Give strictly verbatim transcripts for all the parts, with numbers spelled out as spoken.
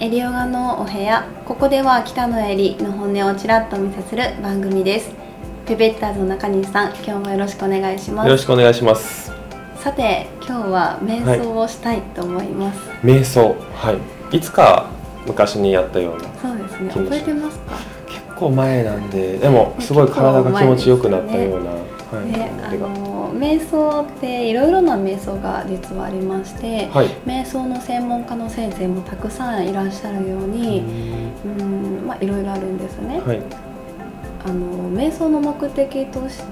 エリヨガのお部屋。ここでは北野エリの本音をちらっとお見せする番組です。ペペッターズの中西さん、今日もよろしくお願いします。 よろしくお願いします。 さて、今日は瞑想をしたいと思います。はい、 瞑想、はい。いつか昔にやったような。 そうですね。覚えてますか？ 結構前なんで、でもすごい体が気持ちよくなったような。 はい、であの瞑想っていろいろな瞑想が実はありまして、はい、瞑想の専門家の先生もたくさんいらっしゃるように、うん、まあいろいろあるんですね。はい、あの瞑想の目的として、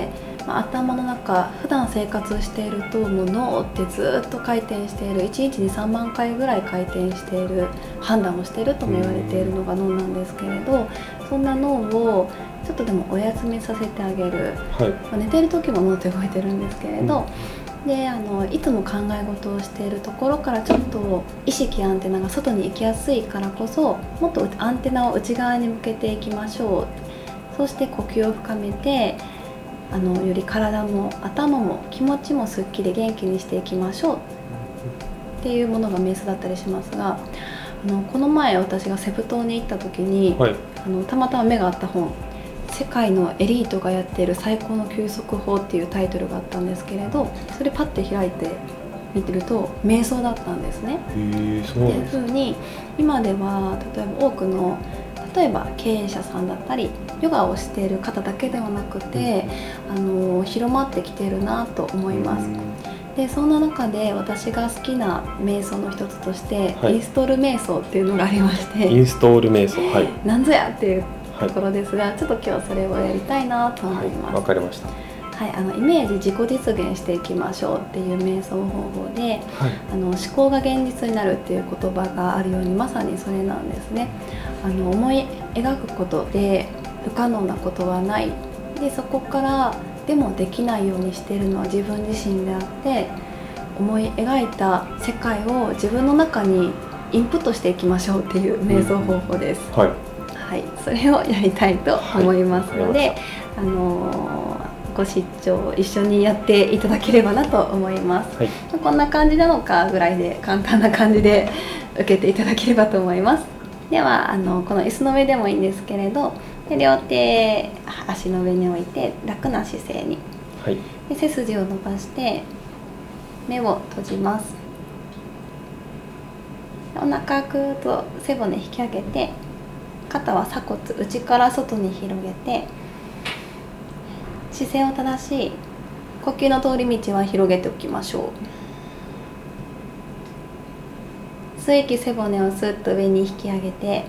まあ、頭の中普段生活しているともう脳ってずっと回転している、いちにちにさんまんかいぐらい回転している、判断をしているとも言われているのが脳なんですけれど、そんな脳をちょっとでもお休みさせてあげる、はい、まあ、寝てる時も脳って動いてるんですけれど、うん、であのいつも考え事をしているところからちょっと意識アンテナが外に行きやすいからこそ、もっとアンテナを内側に向けていきましょう。そして呼吸を深めて、あのより体も頭も気持ちもすっきり元気にしていきましょうっていうものが瞑想だったりしますが、あのこの前私がセブ島に行った時に、はい、あのたまたま目が合った本、世界のエリートがやっている最高の休息法っていうタイトルがあったんですけれど、それパッて開いて見てると瞑想だったんですね。 へー、そうなんです。 っていう風に今では例えば多くの例えば経営者さんだったりヨガをしている方だけではなくて、あの広まってきているなと思います。でそんな中で私が好きな瞑想の一つとして、はい、インストール瞑想っていうのがありまして、 インストール瞑想、はい、 なんぞやっていうところですが、はい、ちょっと今日それをやりたいなと思います。 わ、はい、かりました。 はい、あのイメージ自己実現していきましょうっていう瞑想方法で、はい、あの思考が現実になるっていう言葉があるように、まさにそれなんですね。あの思い描くことで不可能なことはない。でそこからでもできないようにしているのは自分自身であって、思い描いた世界を自分の中にインプットしていきましょうっていう瞑想方法です。うん、はい、はい、それをやりたいと思いますので、はい、あのー、ご視聴一緒にやっていただければなと思います。はい、こんな感じなのかぐらいで簡単な感じで受けていただければと思います。ではあのこの椅子の上でもいいんですけれど、で両手足の上に置いて楽な姿勢に、はい、で背筋を伸ばして目を閉じます。お腹ぐーっと背骨引き上げて、肩は鎖骨内から外に広げて、姿勢を正しい呼吸の通り道は広げておきましょう。吸う息、背骨をスッと上に引き上げて、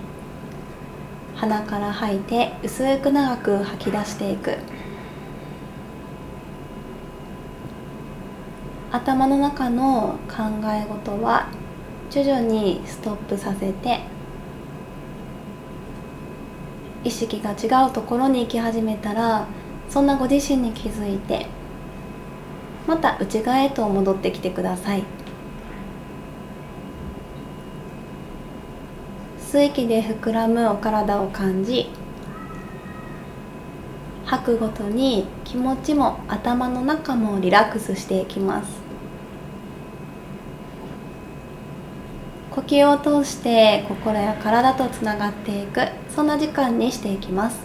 鼻から吐いて薄く長く吐き出していく。頭の中の考え事は徐々にストップさせて、意識が違うところに行き始めたら、そんなご自身に気づいてまた内側へと戻ってきてください。吸う息で膨らむお体を感じ、吐くごとに気持ちも頭の中もリラックスしていきます。呼吸を通して心や体とつながっていく、そんな時間にしていきます。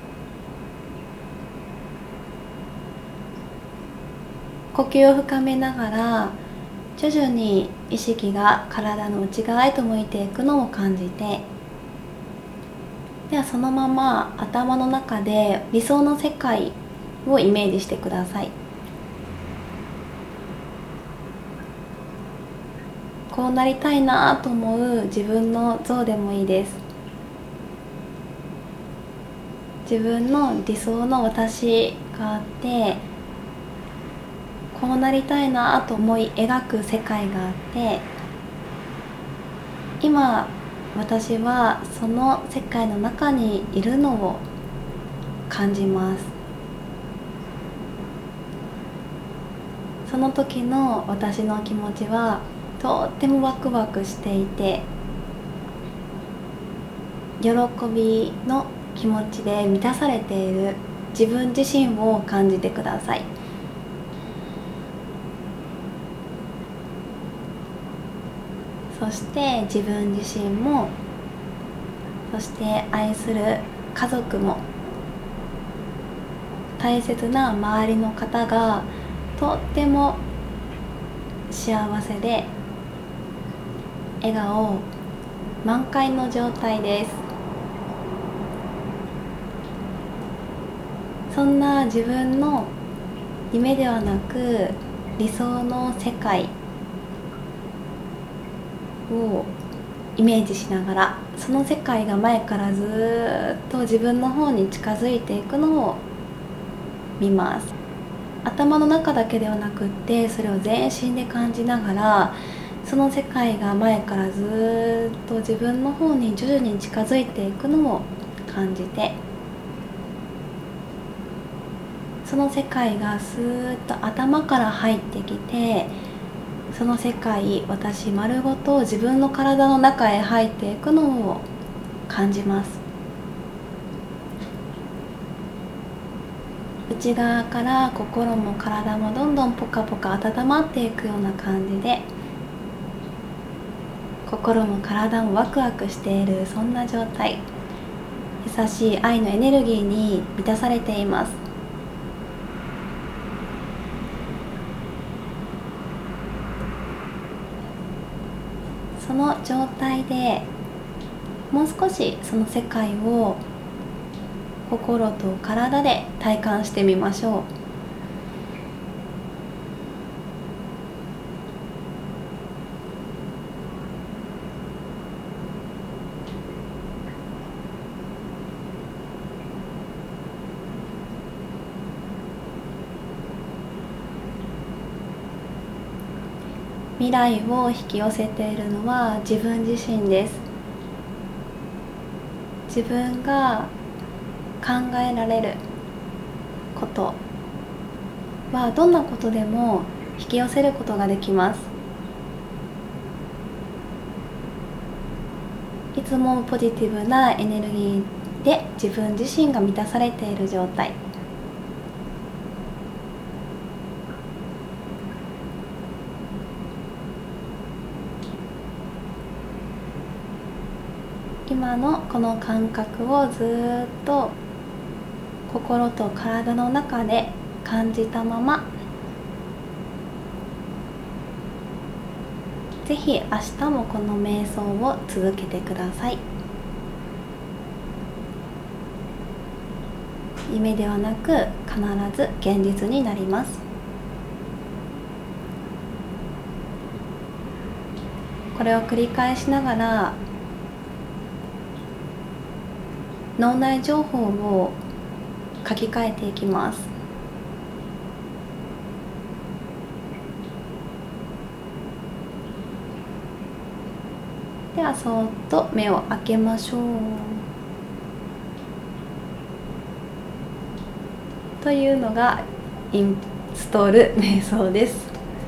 呼吸を深めながら徐々に意識が体の内側へと向いていくのを感じて、ではそのまま頭の中で理想の世界をイメージしてください。こうなりたいなと思う自分の像でもいいです。自分の理想の私があって、こうなりたいなと思い描く世界があって、今私はその世界の中にいるのを感じます。その時の私の気持ちはとってもワクワクしていて、喜びの気持ちで満たされている自分自身を感じてください。そして自分自身も、そして愛する家族も、大切な周りの方がとっても幸せで笑顔満開の状態です。そんな自分の夢ではなく理想の世界をイメージしながら、その世界が前からずっと自分の方に近づいていくのを見ます。頭の中だけではなくって、それを全身で感じながら、その世界が前からずっと自分の方に徐々に近づいていくのを感じて、その世界がスーッと頭から入ってきて、その世界、私丸ごと自分の体の中へ入っていくのを感じます。内側から心も体もどんどんポカポカ温まっていくような感じで、心も体もワクワクしている、そんな状態、優しい愛のエネルギーに満たされています。その状態でもう少しその世界を心と体で体感してみましょう。未来を引き寄せているのは自分自身です。自分が考えられることはどんなことでも引き寄せることができます。いつもポジティブなエネルギーで自分自身が満たされている状態、今のこの感覚をずっと心と体の中で感じたまま、ぜひ明日もこの瞑想を続けてください。夢ではなく必ず現実になります。これを繰り返しながら脳内情報を書き換えていきます。ではそーっと目を開けましょう。というのがインストール瞑想です。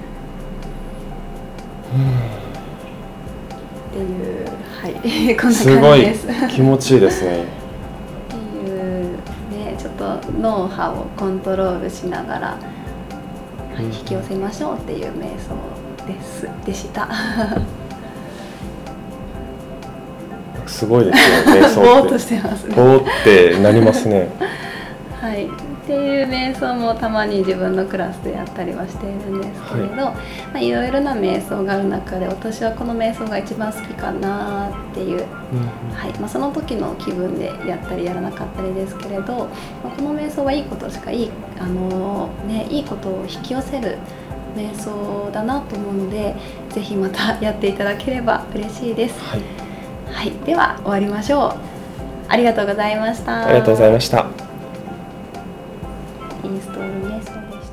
っていう、はい、こんな感じです。 すごい気持ちいいですね。 っていうね、ちょっと脳波をコントロールしながら、はい、引き寄せましょうっていう瞑想ですでした。 すごいですよ、瞑想って。ぼーっとしてますね。 ぼーってなりますね。 はい、っていう瞑想もたまに自分のクラスでやったりはしているんですけれど、はい、まあ、いろいろな瞑想がある中で私はこの瞑想が一番好きかなっていう、うん、はい、まあ、その時の気分でやったりやらなかったりですけれど、まあ、この瞑想はいいことしかいい、あのーね、いいことを引き寄せる瞑想だなと思うので、ぜひまたやっていただければ嬉しいです。はい、はい、では終わりましょう。ありがとうございました。 ありがとうございました。 インストール瞑想でした。